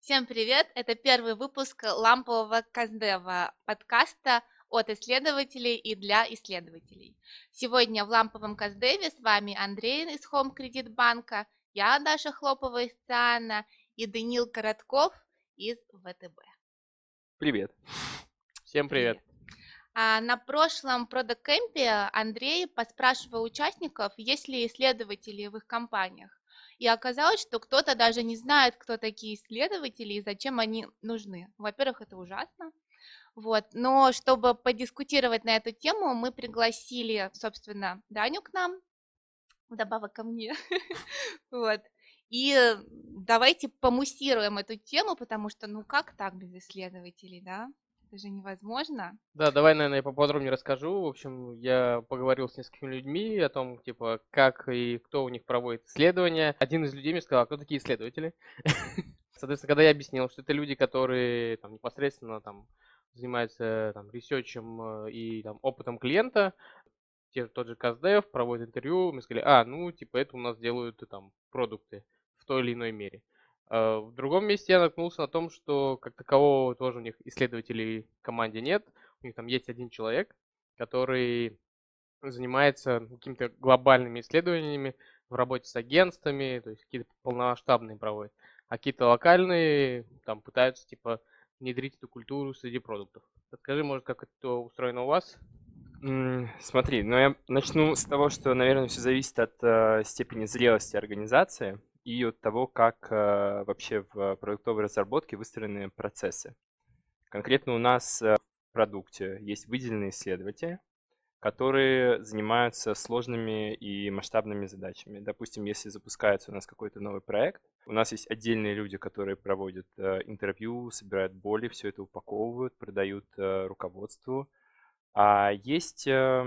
Всем привет! Это первый выпуск лампового Каздева подкаста от исследователей и для исследователей. Сегодня в ламповом Каздеве с вами Андрей из Home Кредит Банка, я Даша Хлопова из ЦИАНа и Даниил Коротков из ВТБ. Привет. Всем привет. На прошлом продакэмпе Андрей поспрашивал участников, есть ли исследователи в их компаниях. И оказалось, что кто-то даже не знает, кто такие исследователи и зачем они нужны. Во-первых, это ужасно. Но чтобы подискутировать на эту тему, мы пригласили, собственно, Даню к нам, вдобавок ко мне. И давайте помуссируем эту тему, потому что, как так без исследователей, да? Это же невозможно. Да, давай, наверное, я поподробнее расскажу. В общем, я поговорил с несколькими людьми о том, типа, как и кто у них проводит исследования. Один из людей мне сказал, кто такие исследователи. Соответственно, когда я объяснил, что это люди, которые там, непосредственно там, занимаются там, ресерчем и там, опытом клиента, тот же Каздев проводит интервью, мы сказали, типа, это у нас делают там продукты в той или иной мере. В другом месте я наткнулся на том, что как такового тоже у них исследователей в команде нет. У них там есть один человек, который занимается какими-то глобальными исследованиями в работе с агентствами, то есть какие-то полномасштабные проводят, а какие-то локальные там пытаются типа внедрить эту культуру среди продуктов. Расскажи, может, как это устроено у вас? Смотри, я начну с того, что, наверное, все зависит от степени зрелости организации и от того, как вообще в продуктовой разработке выстроены процессы. Конкретно у нас в продукте есть выделенные исследователи, которые занимаются сложными и масштабными задачами. Допустим, если запускается у нас какой-то новый проект, у нас есть отдельные люди, которые проводят интервью, собирают боли, все это упаковывают, продают руководству. А есть,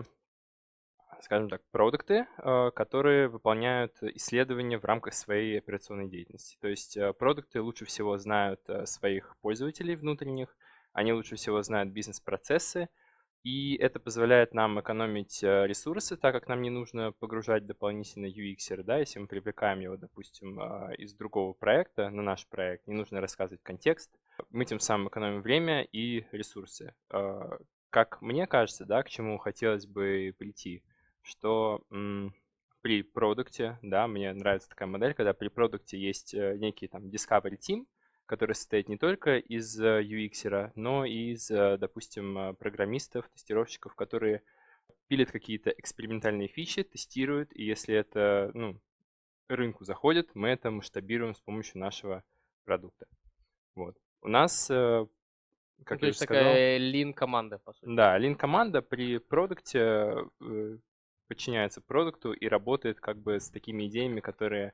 скажем так, продукты, которые выполняют исследования в рамках своей операционной деятельности. То есть продукты лучше всего знают своих пользователей внутренних, они лучше всего знают бизнес-процессы, и это позволяет нам экономить ресурсы, так как нам не нужно погружать дополнительно UX, да, если мы привлекаем его, допустим, из другого проекта на наш проект, не нужно рассказывать контекст. Мы тем самым экономим время и ресурсы. Как мне кажется, да, к чему хотелось бы прийти, что при продукте, да, мне нравится такая модель, когда при продукте есть некий там discovery team, который состоит не только из UX, но и из, допустим, программистов, тестировщиков, которые пилят какие-то экспериментальные фичи, тестируют, и если это рынку заходит, мы это масштабируем с помощью нашего продукта. Вот. У нас, как То я есть уже сказал, такая лин-команда, по сути. да, лин-команда при продукте подчиняется продукту и работает как бы с такими идеями, которые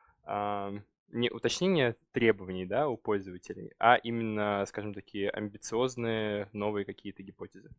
не уточнение требований, да, у пользователей, а именно, скажем, такие амбициозные новые какие-то гипотезы.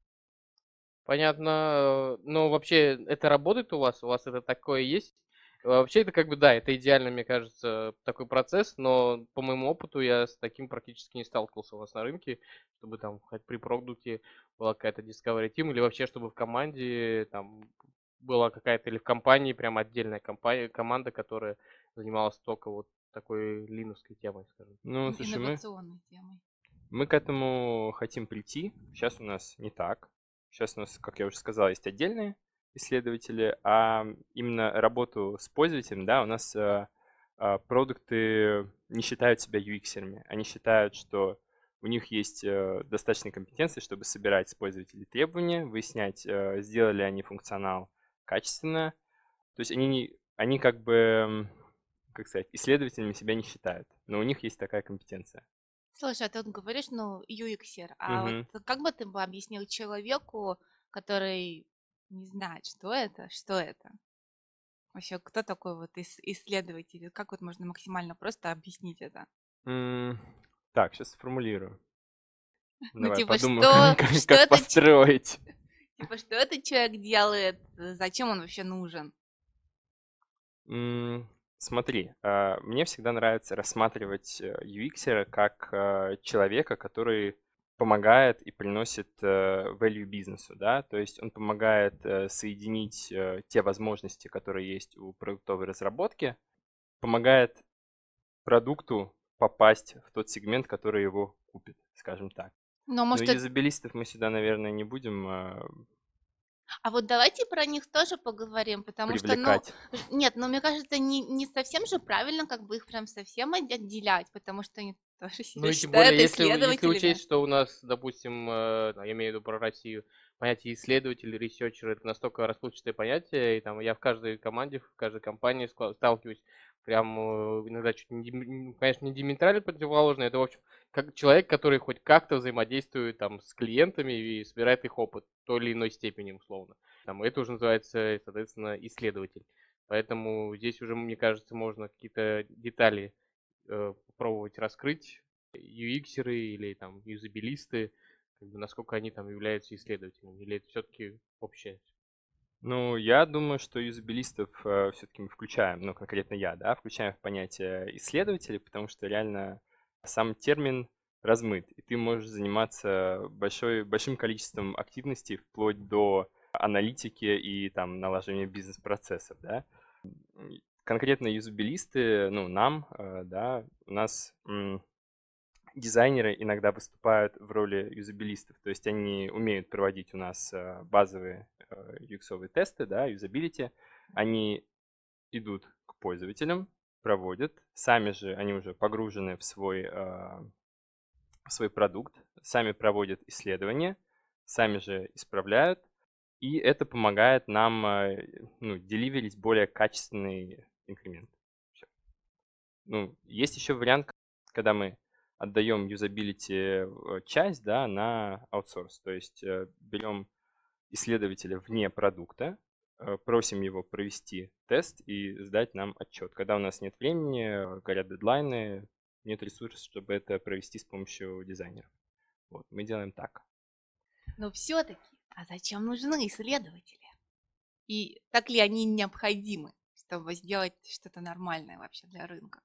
Понятно. Но вообще это работает у вас? У вас это такое есть? Вообще это как бы, да, это идеально, мне кажется, такой процесс, но по моему опыту я с таким практически не сталкивался у вас на рынке, чтобы там хоть при продукте была какая-то Discovery Team или вообще чтобы в команде там была какая-то или в компании прям отдельная команда, которая занималась только вот такой линовской темой, скажем. Ну, слушай, Инновационной темой. мы к этому хотим прийти. Сейчас у нас не так. Сейчас у нас, как я уже сказал, есть отдельные исследователи, а именно работу с пользователем, да, у нас продукты не считают себя UX-ерами. Они считают, что у них есть достаточные компетенции, чтобы собирать с пользователей требования, выяснять, сделали они функционал качественно. То есть они как бы, как сказать, исследователями себя не считают, но у них есть такая компетенция. Слушай, а ты вот говоришь, UXер, а Мгм. вот как бы ты бы объяснил человеку, который не знает, что это? Вообще, кто такой вот исследователь? Как вот можно максимально просто объяснить это? М, Так, сейчас сформулирую. Ну, Давай типа, подумаю, что как это, построить. типа, что этот человек делает, зачем он вообще нужен? Смотри, мне всегда нравится рассматривать UX как человека, который помогает и приносит value бизнесу, да, то есть он помогает соединить те возможности, которые есть у продуктовой разработки, помогает продукту попасть в тот сегмент, который его купит, скажем так. Но Но может, юзабилистов мы сюда, наверное, не будем а вот давайте про них тоже поговорим, потому что, ну, привлекать. нет, ну, мне кажется, не совсем же правильно как бы их прям совсем отделять, потому что они тоже Ну себя и тем более, считают если исследователями. учесть, что у нас, допустим, я имею в виду про Россию, понятие исследователь, ресерчер — это настолько расплывчатое понятие, и там я в каждой команде, в каждой компании сталкиваюсь прям иногда чуть не, конечно, не диаметрально противоположно, это, в общем, как человек, который хоть как-то взаимодействует там с клиентами и собирает их опыт в той или иной степени, условно. Там, это уже называется, соответственно, исследователь. Поэтому здесь уже, мне кажется, можно какие-то детали попробовать раскрыть, UX-еры или там юзабилисты, как бы насколько они там являются исследователями, или это все-таки общее? Ну, я думаю, что юзабилистов все-таки мы включаем, ну, конкретно я, да, включаем в понятие исследователей, потому что реально сам термин размыт, и ты можешь заниматься большим количеством активностей вплоть до аналитики и там налаживания бизнес-процессов, да. Конкретно юзабилисты, ну, нам, да, у нас дизайнеры иногда выступают в роли юзабилистов, то есть они умеют проводить у нас базовые UX-овые тесты, да, юзабилити, они идут к пользователям, проводят, сами же они уже погружены в свой продукт, сами проводят исследования, сами же исправляют, и это помогает нам ну, деливерить более качественный инкремент. Всё. Ну, есть еще вариант, когда мы отдаем юзабилити часть, да, на аутсорс. То есть берем исследователя вне продукта, просим его провести тест и сдать нам отчет. Когда у нас нет времени, горят дедлайны, нет ресурсов, чтобы это провести с помощью дизайнеров. Вот, мы делаем так. Но все-таки, а зачем нужны исследователи? И так ли они необходимы, чтобы сделать что-то нормальное вообще для рынка?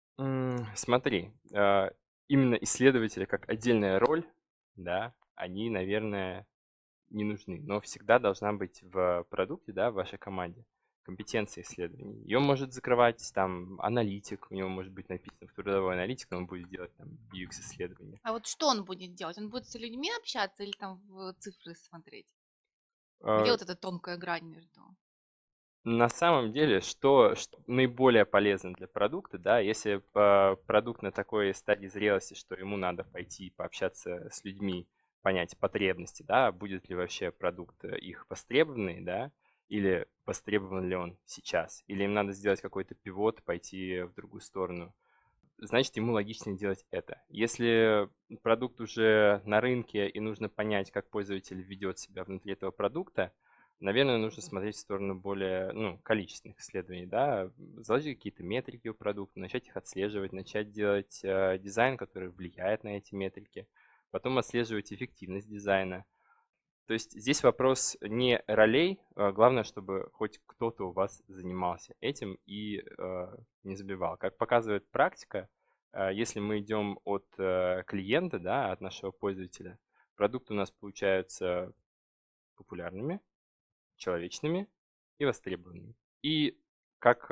Смотри, именно исследователи как отдельная роль, да, они, наверное, не нужны. Но всегда должна быть в продукте, да, в вашей команде компетенция исследований. Ее может закрывать там аналитик, у него может быть написано в трудовой аналитик, но он будет делать там UX-исследования. А вот что он будет делать? Он будет с людьми общаться или там в цифры смотреть? Где Э, вот эта тонкая грань между? На самом деле, что наиболее полезно для продукта, да, если продукт на такой стадии зрелости, что ему надо пойти пообщаться с людьми, понять потребности, да, будет ли вообще продукт их востребованный, да, или востребован ли он сейчас, или им надо сделать какой-то пивот, пойти в другую сторону, значит, ему логичнее делать это. Если продукт уже на рынке и нужно понять, как пользователь ведет себя внутри этого продукта, наверное, нужно смотреть в сторону более, ну, количественных исследований, да, заложить какие-то метрики у продукта, начать их отслеживать, начать делать дизайн, который влияет на эти метрики, потом отслеживать эффективность дизайна. То есть здесь вопрос не ролей, главное, чтобы хоть кто-то у вас занимался этим и не забивал. Как показывает практика, если мы идем от клиента, да, от нашего пользователя, продукты у нас получаются популярными, человечными и востребованными. И как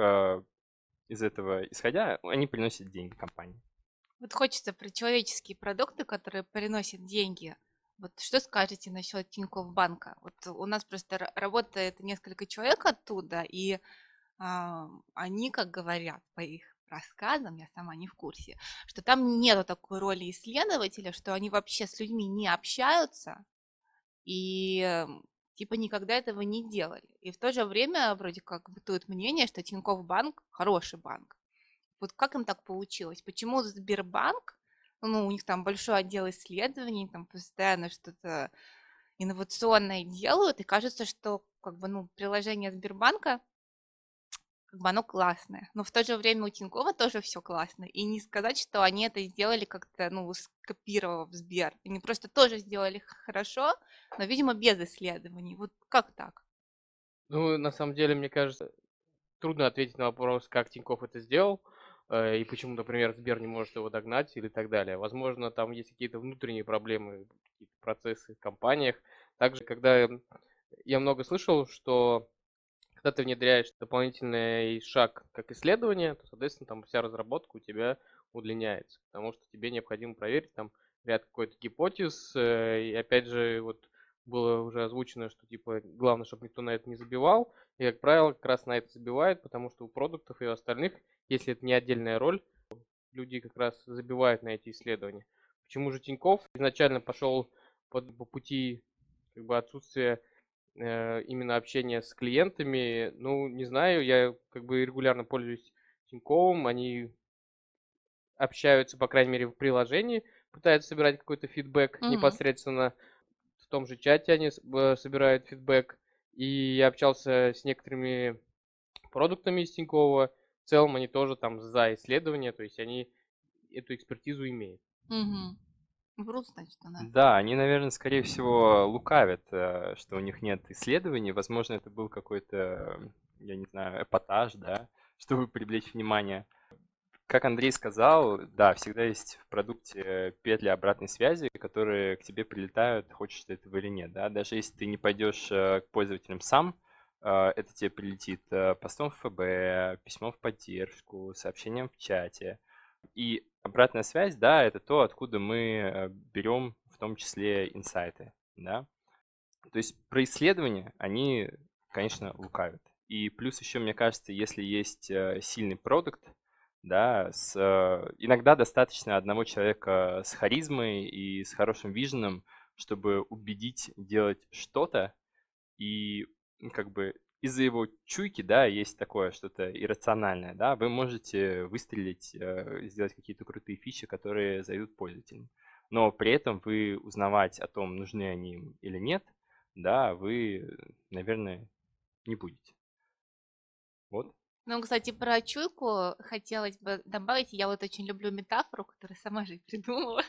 из этого исходя, они приносят деньги компании. Вот хочется про человеческие продукты, которые приносят деньги. Вот что скажете насчет Тинькофф банка? Вот у нас просто работает несколько человек оттуда, и они, как говорят по их рассказам, я сама не в курсе, что там нету такой роли исследователя, что они вообще с людьми не общаются и типа никогда этого не делали. И в то же время вроде как бытует мнение, что Тинькофф банк хороший банк. Вот как им так получилось? Почему Сбербанк, ну, у них там большой отдел исследований, там постоянно что-то инновационное делают, и кажется, что как бы, ну, приложение Сбербанка, как бы оно классное, но в то же время у Тинькова тоже все классно, и не сказать, что они это сделали как-то, ну, скопировав Сбер, они просто тоже сделали хорошо, но, видимо, без исследований. Вот как так? Ну, на самом деле, мне кажется, трудно ответить на вопрос, как Тинькофф это сделал, и почему, например, Сбер не может его догнать или так далее. Возможно, там есть какие-то внутренние проблемы, какие-то процессы в компаниях. Также, когда я много слышал, что когда ты внедряешь дополнительный шаг как исследование, то, соответственно, там вся разработка у тебя удлиняется, потому что тебе необходимо проверить там ряд какой-то гипотез, и опять же, вот было уже озвучено, что типа главное, чтобы никто на это не забивал, и, как правило, как раз на это забивают, потому что у продуктов и у остальных, если это не отдельная роль, люди как раз забивают на эти исследования. Почему же Тинькофф изначально пошел по пути как бы отсутствия именно общения с клиентами? Ну, не знаю, я как бы регулярно пользуюсь Тиньковым, они общаются, по крайней мере, в приложении, пытаются собирать какой-то фидбэк Мгм. непосредственно в том же чате они собирают фидбэк. И я общался с некоторыми продуктами из Тинькова. В целом они тоже там за исследования, то есть они эту экспертизу имеют. Мгм. Врут, значит, она. Да, они, наверное, скорее всего, лукавят, что у них нет исследований. Возможно, это был какой-то, я не знаю, эпатаж, да, чтобы привлечь внимание. Как Андрей сказал, да, всегда есть в продукте петли обратной связи, которые к тебе прилетают, хочешь ты этого или нет, да. Даже если ты не пойдешь к пользователям сам, это тебе прилетит постом в ФБ, письмом в поддержку, сообщением в чате. И обратная связь, да, это то, откуда мы берем в том числе инсайты, да. То есть про исследования они, конечно, лукавят. И плюс еще, мне кажется, если есть сильный продукт, да, иногда достаточно одного человека с харизмой и с хорошим виженом, чтобы убедить делать что-то, и как бы из-за его чуйки, да, есть такое что-то иррациональное, да, вы можете выстрелить, сделать какие-то крутые фичи, которые зайдут пользователям. Но при этом вы узнавать о том, нужны они им или нет, да, вы, наверное, не будете. Вот. Ну, кстати, про чуйку хотелось бы добавить. Я вот очень люблю метафору, которую сама же и придумала.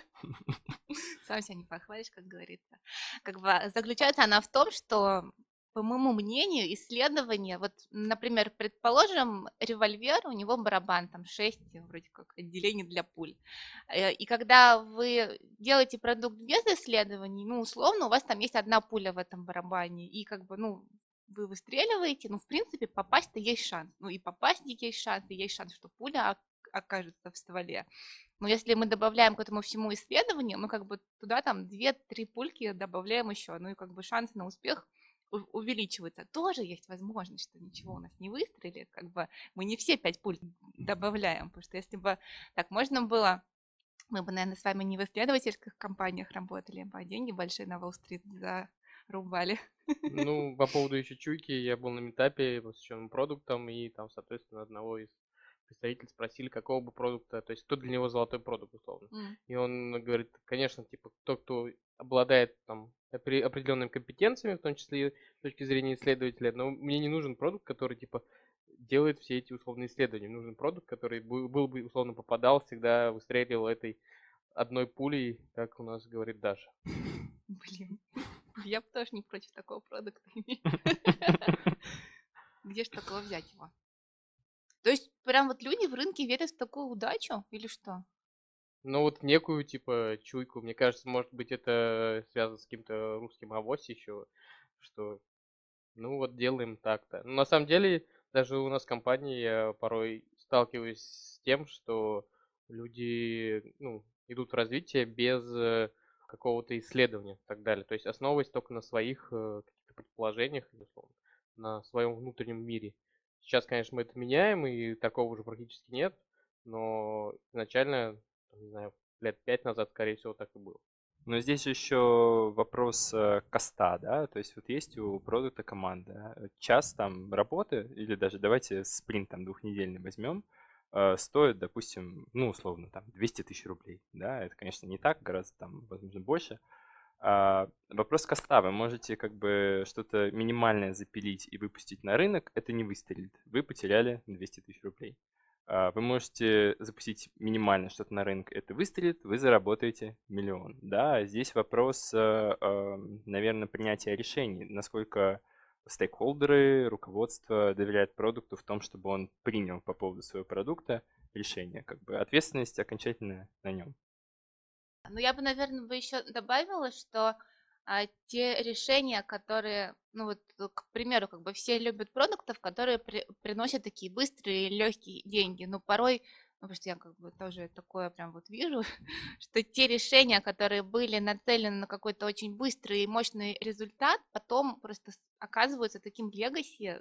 Сам себя не похвалишь, как говорится. Как бы заключается она в том, что, по моему мнению, исследование, вот, например, предположим, револьвер, у него барабан, там 6 вроде как отделений для пуль. И когда вы делаете продукт без исследований, ну, условно, у вас там есть одна пуля в этом барабане, и как бы, ну, вы выстреливаете, ну, в принципе, попасть-то есть шанс. Ну, и попасть и есть шанс, что пуля окажется в стволе. Но если мы добавляем к этому всему исследованию, мы как бы туда там 2-3 пульки добавляем еще, ну и как бы шанс на успех увеличивается. Тоже есть возможность, что ничего у нас не выстрелит, как бы мы не все 5 пуль добавляем, потому что если бы так можно было, мы бы, наверное, с вами не в исследовательских компаниях работали, а деньги большие на Уолл-стрит зарубали. Ну, по поводу еще чуйки, я был на метапе, посвященном продуктам, и там, соответственно, одного из представителей спросили, какого бы продукта, то есть кто для него золотой продукт, условно. М. И он говорит, конечно, типа, тот, кто обладает там определенными компетенциями, в том числе и с точки зрения исследователя, но мне не нужен продукт, который, типа, делает все эти условные исследования. Мне нужен продукт, который был бы, условно, попадал, всегда выстреливал этой одной пулей, как у нас говорит Даша. Блин, я бы тоже не против такого продукта иметь. Где ж такого взять его? То есть прям вот люди в рынке верят в такую удачу или что? Ну, вот некую, типа, чуйку. Мне кажется, может быть, это связано с каким-то русским авось еще, что, ну, вот делаем так-то. Но на самом деле, даже у нас в компании я порой сталкиваюсь с тем, что люди, ну, идут в развитие без какого-то исследования и так далее. То есть основываясь только на своих каких-то предположениях, или, условно, на своем внутреннем мире. Сейчас, конечно, мы это меняем, и такого уже практически нет, но изначально, не знаю, лет 5 назад, скорее всего, так и было. Но здесь же еще вопрос коста, да, то есть вот есть у продукта команда, час там работы, или даже давайте спринт там двухнедельный возьмем, стоит, допустим, ну, условно, там 200 тысяч рублей, да, это, конечно, не так, гораздо там, возможно, больше. Вопрос коста, вы можете как бы что-то минимальное запилить и выпустить на рынок, это не выстрелит, вы потеряли 200 тысяч рублей. Вы можете запустить минимально что-то на рынок, это выстрелит, вы заработаете миллион. Да, здесь вопрос, наверное, принятия решений, насколько стейкхолдеры, руководство доверяют продукту в том, чтобы он принял по поводу своего продукта решение. Как бы ответственность окончательно на нем. Ну, я бы, наверное, бы еще добавила, что те решения, которые, ну вот, к примеру, как бы все любят продуктов, которые приносят такие быстрые, легкие деньги, но порой потому что я как бы тоже такое прям вот вижу, что те решения, которые были нацелены на какой-то очень быстрый и мощный результат, потом просто оказываются таким легаси,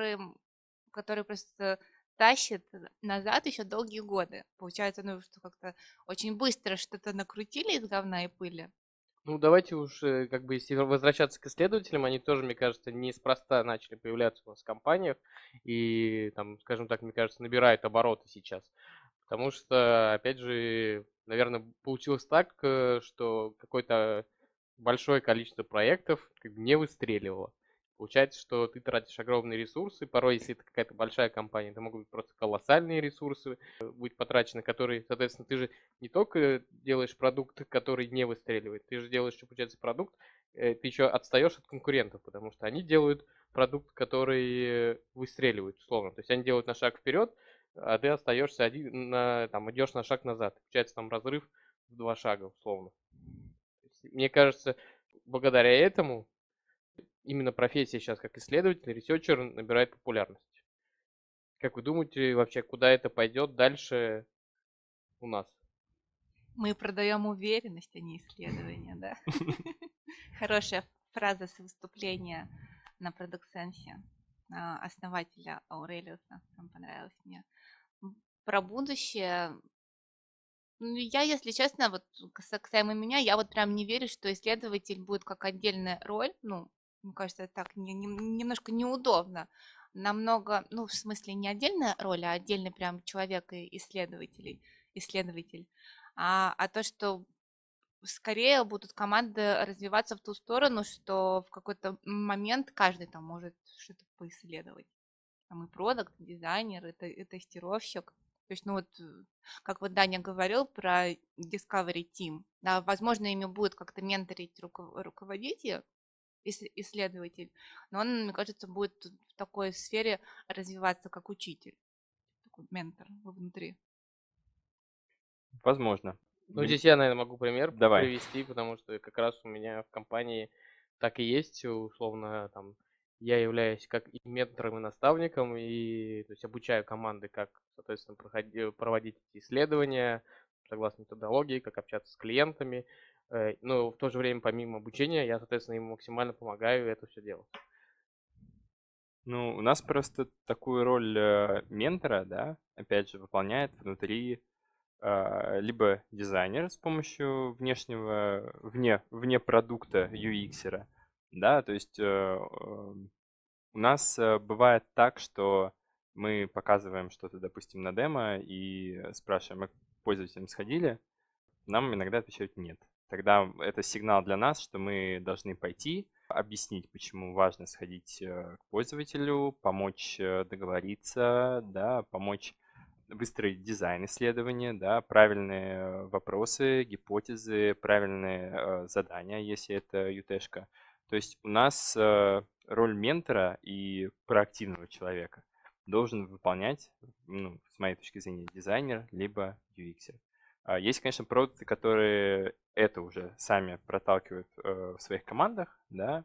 который просто тащит назад еще долгие годы. Получается, ну, что как-то очень быстро что-то накрутили из говна и пыли. Ну, давайте уж, как бы, если возвращаться к исследователям, они тоже, мне кажется, неспроста начали появляться у нас в компаниях и, там, скажем так, мне кажется, набирают обороты сейчас. Потому что, опять же, наверное, получилось так, что какое-то большое количество проектов как бы не выстреливало. Получается, что ты тратишь огромные ресурсы. Порой, если это какая-то большая компания, это могут быть просто колоссальные ресурсы быть потрачены, которые, соответственно, ты же не только делаешь продукт, который не выстреливает, ты же делаешь, что получается, продукт, ты еще отстаешь от конкурентов, потому что они делают продукт, который выстреливает, условно. То есть они делают на шаг вперед, а ты остаешься один, там, идешь на шаг назад. Получается там разрыв в 2 шага, условно. То есть, мне кажется, благодаря этому именно профессия сейчас как исследователь, ресерчер набирает популярность. Как вы думаете, вообще, куда это пойдет дальше у нас? Мы продаем уверенность, а не исследование, да? Хорошая фраза с выступления на Product Sense основателя Аурелиуса. Там понравилось мне. Про будущее. Ну, я, если честно, вот касаемо меня, я вот прям не верю, что исследователь будет как отдельная роль. Ну, мне кажется, это так немножко неудобно. Намного, ну, в смысле, не отдельная роль, а отдельный прям человек и исследователь. А то, что скорее будут команды развиваться в ту сторону, что в какой-то момент каждый там может что-то поисследовать. Там и продакт, дизайнер, и тестировщик. То есть, ну вот, как вот Даня говорил про Discovery Team, да, возможно, ими будет как-то менторить руководить исследователь, но он, мне кажется, будет в такой сфере развиваться как учитель, такой ментор внутри. Возможно. Ну, здесь я, наверное, могу пример Давай. привести, потому что как раз у меня в компании так и есть, условно, там, я являюсь как и ментором, и наставником, и, то есть, обучаю команды, как, соответственно, проводить эти исследования, согласно методологии, как общаться с клиентами, но в то же время, помимо обучения, я, соответственно, им максимально помогаю это все делать. Ну, у нас просто такую роль ментора, да, опять же, выполняет внутри либо дизайнер с помощью вне продукта UX-ера, да, то есть у нас бывает так, что мы показываем что-то, допустим, на демо и спрашиваем, а к пользователям сходили, нам иногда отвечают нет. Тогда это сигнал для нас, что мы должны пойти, объяснить, почему важно сходить к пользователю, помочь договориться, да, помочь выстроить дизайн исследования, да, правильные вопросы, гипотезы, правильные задания, если это ют-шка. То есть у нас роль ментора и проактивного человека должен выполнять, ну, с моей точки зрения, дизайнер либо UX. Есть, конечно, продукты, которые это уже сами проталкивают в своих командах, да,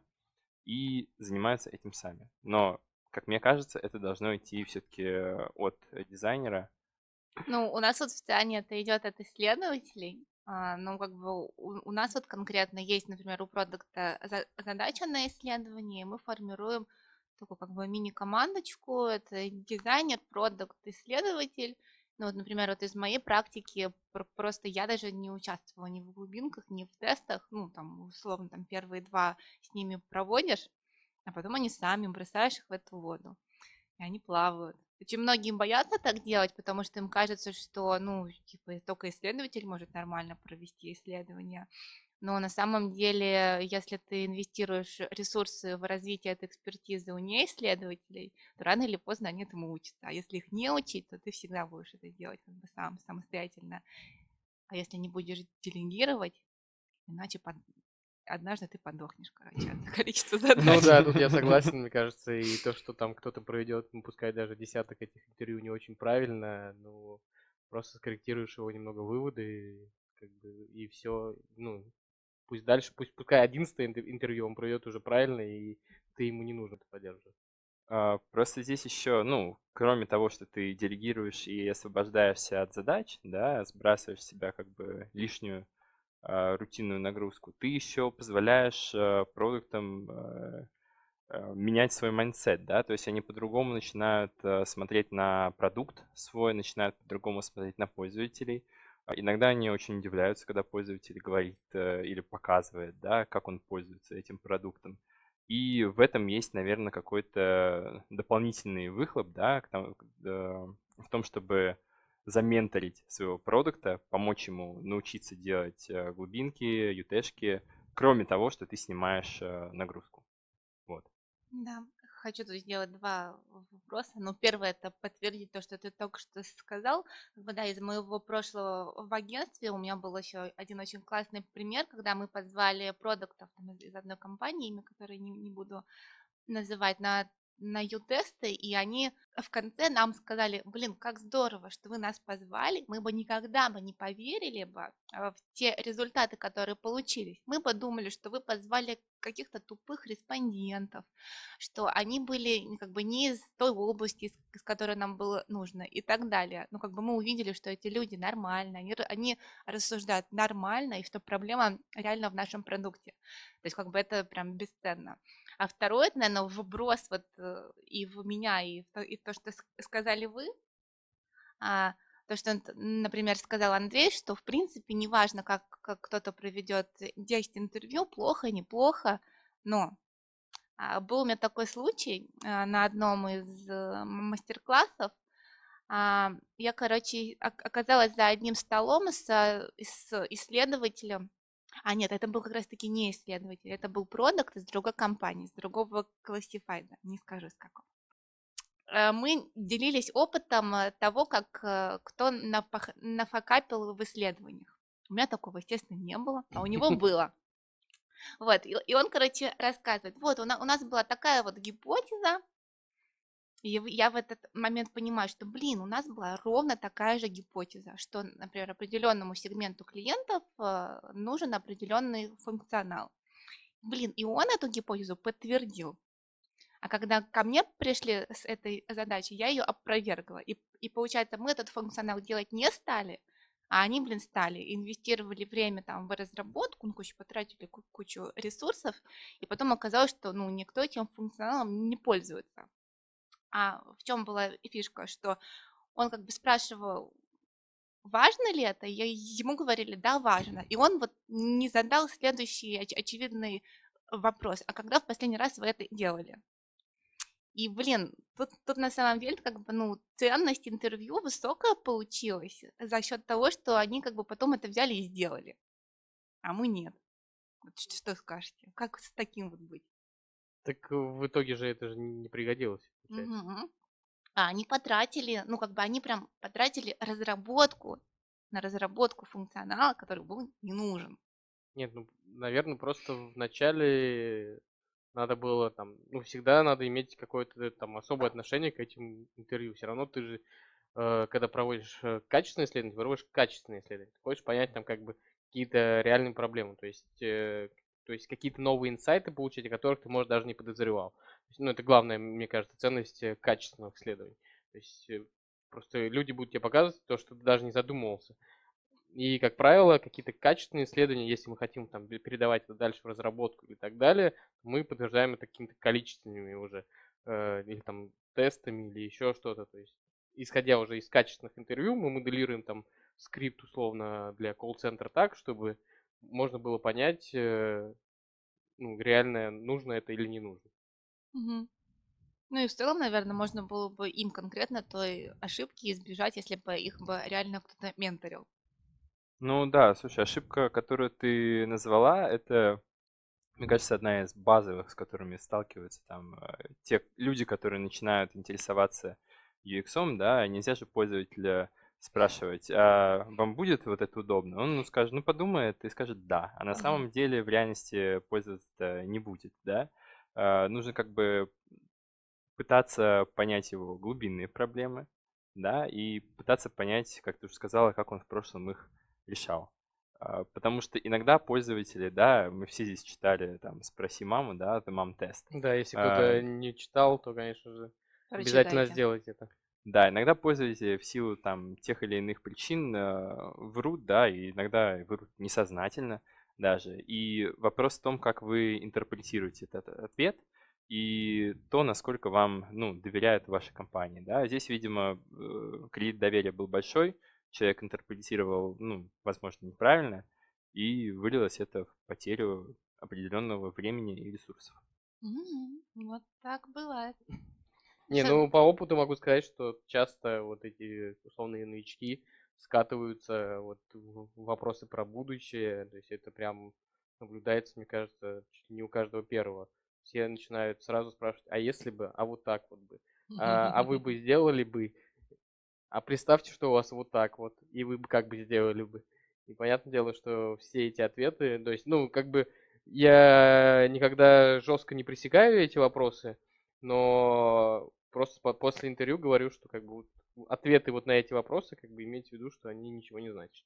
и занимаются этим сами. Но, как мне кажется, это должно идти все-таки от дизайнера. Ну, у нас вот в Циане это идет от исследователей. Ну, как бы у нас вот конкретно есть, например, у продукта задача на исследование, и мы формируем такую как бы мини-командочку. Это дизайнер, продукт, исследователь. Ну, вот, например, вот из моей практики просто я даже не участвовала ни в глубинках, ни в тестах. Ну, там, условно, там первые два с ними проводишь, а потом они сами бросаешь их в эту воду и они плавают. Очень многие боятся так делать, потому что им кажется, что, ну, типа, только исследователь может нормально провести исследование. Но на самом деле, если ты инвестируешь ресурсы в развитие этой экспертизы у неисследователей, то рано или поздно они этому учатся. А если их не учить, то ты всегда будешь это делать как бы сам, самостоятельно. А если не будешь делегировать, иначе однажды ты подохнешь, короче, от количества Ну задач. да, тут я согласен, мне кажется, и то, что там кто-то проведет, ну, пускай даже десяток этих интервью не очень правильно, ну, просто скорректируешь его немного выводы, как бы, и все, ну, пусть дальше, пускай 11-е интервью он проведет уже правильно, и ты ему не нужен это поддерживать. Просто здесь еще, ну, кроме того, что ты делегируешь и освобождаешься от задач, да, сбрасываешь с себя как бы лишнюю рутинную нагрузку, ты еще позволяешь продуктам менять свой майндсет, да, то есть они по-другому начинают смотреть на продукт свой, начинают по-другому смотреть на пользователей. Иногда они очень удивляются, когда пользователь говорит или показывает, да, как он пользуется этим продуктом. И в этом есть, наверное, какой-то дополнительный выхлоп, да, в том, чтобы заменторить своего продукта, помочь ему научиться делать глубинки, ЮТшки, кроме того, что ты снимаешь нагрузку. Вот. Да, хочу тут сделать два вопроса. Ну, первое, это подтвердить то, что ты только что сказал. Как бы, да, из моего прошлого в агентстве у меня был еще один очень классный пример, когда мы позвали продуктов там, из одной компании, имя которой не буду называть, на ю-тесты, и они в конце нам сказали: блин, как здорово, что вы нас позвали, мы бы никогда бы не поверили бы в те результаты, которые получились. Мы бы думали, что вы позвали каких-то тупых респондентов, что они были как бы не из той области, из которой нам было нужно, и так далее. Ну, как бы мы увидели, что эти люди нормально, они рассуждают нормально, и что проблема реально в нашем продукте. То есть как бы это прям бесценно. А второе, это, наверное, вброс вот и в меня, и в то, что сказали вы. То, что, например, сказал Андрей, что, в принципе, неважно, как кто-то проведет 10 интервью, плохо, неплохо, но был у меня такой случай на одном из мастер-классов. Я, короче, оказалась за одним столом с исследователем. Нет, это был как раз-таки не исследователь, это был продукт из другой компании, из другого классифайда, не скажу с какого. Мы делились опытом того, как кто нафакапил в исследованиях. У меня такого, естественно, не было, а у него было. Вот, и он, короче, рассказывает, вот, у нас была такая вот гипотеза, и я в этот момент понимаю, что, блин, у нас была ровно такая же гипотеза, что, например, определенному сегменту клиентов нужен определенный функционал. Блин, и он эту гипотезу подтвердил. А когда ко мне пришли с этой задачей, я ее опровергла. И получается, мы этот функционал делать не стали, а они, блин, стали. Инвестировали время там в разработку, ну, кучу потратили кучу ресурсов, и потом оказалось, что, ну, никто этим функционалом не пользуется. А в чем была фишка, что он как бы спрашивал, важно ли это, ему говорили, да, важно. И он вот не задал следующий очевидный вопрос, а когда в последний раз вы это делали? И, блин, тут на самом деле как бы, ну, ценность интервью высокая получилась за счет того, что они как бы потом это взяли и сделали, а мы нет. Вот что скажете? Как с таким вот быть? Так в итоге же это же не пригодилось, получается. Мгм. А они потратили, ну, как бы они прям потратили на разработку функционала, который был не нужен. Нет, ну, наверное, просто в начале надо было там, ну, всегда надо иметь какое-то там особое отношение к этим интервью. Все равно ты же, когда проводишь качественное исследование, проводишь качественное исследование. Ты хочешь понять там как бы какие-то реальные проблемы, то есть какие-то новые инсайты получить, о которых ты, может, даже не подозревал. То есть, ну, это главная, мне кажется, ценность качественных исследований. То есть просто люди будут тебе показывать то, что ты даже не задумывался. И, как правило, какие-то качественные исследования, если мы хотим там передавать это дальше в разработку и так далее, мы подтверждаем это какими-то количественными уже, или там тестами, или еще что-то. То есть, исходя уже из качественных интервью, мы моделируем там скрипт условно для колл-центра так, чтобы можно было понять, ну, реально нужно это или не нужно. Мгм. Ну и в целом, наверное, можно было бы им конкретно той ошибки избежать, если бы их бы реально кто-то менторил. Ну да, слушай, ошибка, которую ты назвала, это, мне кажется, одна из базовых, с которыми сталкиваются там те люди, которые начинают интересоваться UX, да, нельзя же пользователя спрашивать, а вам будет вот это удобно? Он ну, скажет, ну подумает и скажет да, а на Мгм. самом деле в реальности пользоваться не будет, да. Нужно как бы пытаться понять его глубинные проблемы, да, и пытаться понять, как ты уже сказала, как он в прошлом их решал. Потому что иногда пользователи, да, мы все здесь читали, там, «Спроси маму», да, «The Mom Test». Да, если А, кто-то не читал, то, конечно же, обязательно Прочитайте. сделайте это. Да, иногда пользователи в силу там тех или иных причин врут, да, и иногда врут несознательно даже. И вопрос в том, как вы интерпретируете этот ответ и то, насколько вам, ну, доверяют вашей компании, да. Здесь, видимо, кредит доверия был большой, человек интерпретировал, ну, возможно, неправильно, и вылилось это в потерю определенного времени и ресурсов. Вот так бывает. Не, Что- ну по опыту могу сказать, что часто вот эти условные новички скатываются вот в вопросы про будущее. То есть это прям наблюдается, мне кажется, чуть ли не у каждого первого. Все начинают сразу спрашивать, а если бы, а вот так вот бы, а вы бы сделали бы, а представьте, что у вас вот так вот, и вы бы как бы сделали бы. И понятное дело, что все эти ответы, то есть, ну, как бы я никогда жестко не пресекаю эти вопросы, но просто после интервью говорю, что как бы вот ответы вот на эти вопросы, как бы имейте в виду, что они ничего не значат.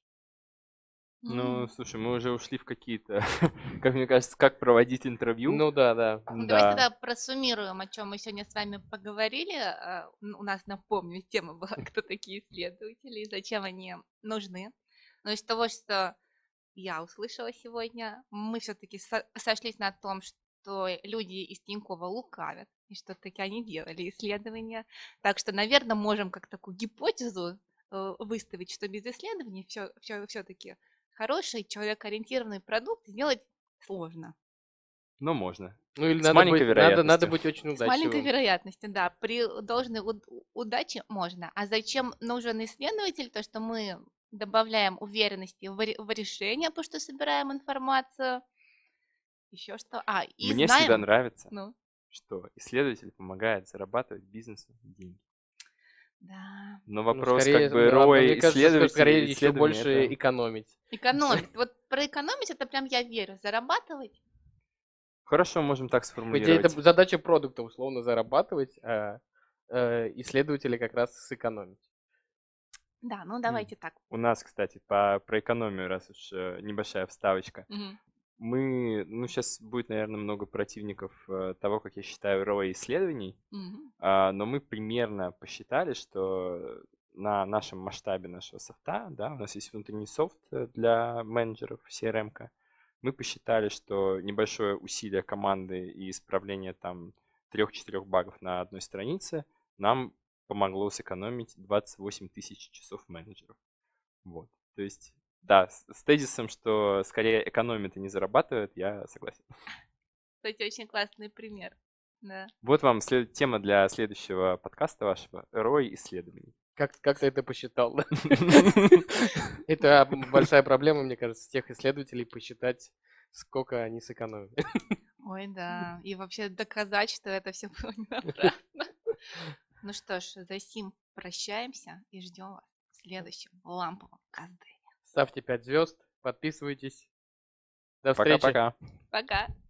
Ну, М. слушай, мы уже ушли в какие-то, как мне кажется, как проводить интервью. Ну да, да. Ну, давайте Да. тогда просуммируем, о чем мы сегодня с вами поговорили. У нас, напомню, тема была, кто такие исследователи и зачем они нужны. Но из того, что я услышала сегодня, мы все-таки сошлись на том, что люди из Тинькова лукавят, и что таки они делали исследования. Так что, наверное, можем как такую гипотезу выставить, что без исследований все-таки хороший человекоориентированный продукт сделать сложно. Но можно. Ну или С маленькой надо вероятностью. быть очень С маленькой удачливым. вероятностью, да. При должной удаче можно. А зачем нужен исследователь? То, что мы добавляем уверенности в решение, потому что собираем информацию. Еще что? И Мне всегда знаем. нравится, Ну, что исследователь помогает зарабатывать бизнесу деньги. да. Но Ну, вопрос скорее, как бы мне ROI кажется, скорее исследователей, еще исследования больше это экономить. Экономить. Вот про экономить это прям я верю. Зарабатывать. хорошо, можем так По идее, это сформулировать. задача продукта условно зарабатывать, а исследователи как раз сэкономить. Да, ну давайте так. У нас, кстати, про экономию, раз уж небольшая вставочка. Мгм. Мы, ну, сейчас будет, наверное, много противников того, как я считаю, ROI исследований, Мгм. но мы примерно посчитали, что на нашем масштабе нашего софта, да, у нас есть внутренний софт для менеджеров, CRM-ка, мы посчитали, что небольшое усилие команды и исправление там 3-4 багов на одной странице нам помогло сэкономить 28 тысяч часов менеджеров. Вот. То есть, да, с тезисом, что скорее экономит и не зарабатывает, я согласен. Кстати, очень классный пример. Да. Вот вам тема для следующего подкаста вашего ROI исследований. Как ты это посчитал, да? Это большая проблема, мне кажется, тех исследователей посчитать, сколько они сэкономили. Ой, да. И вообще доказать, что это все было не напрасно. Ну что ж, за сим прощаемся и ждем вас в следующем ламповом каздене. Ставьте 5 звезд, подписывайтесь. До встречи. Пока-пока. Пока!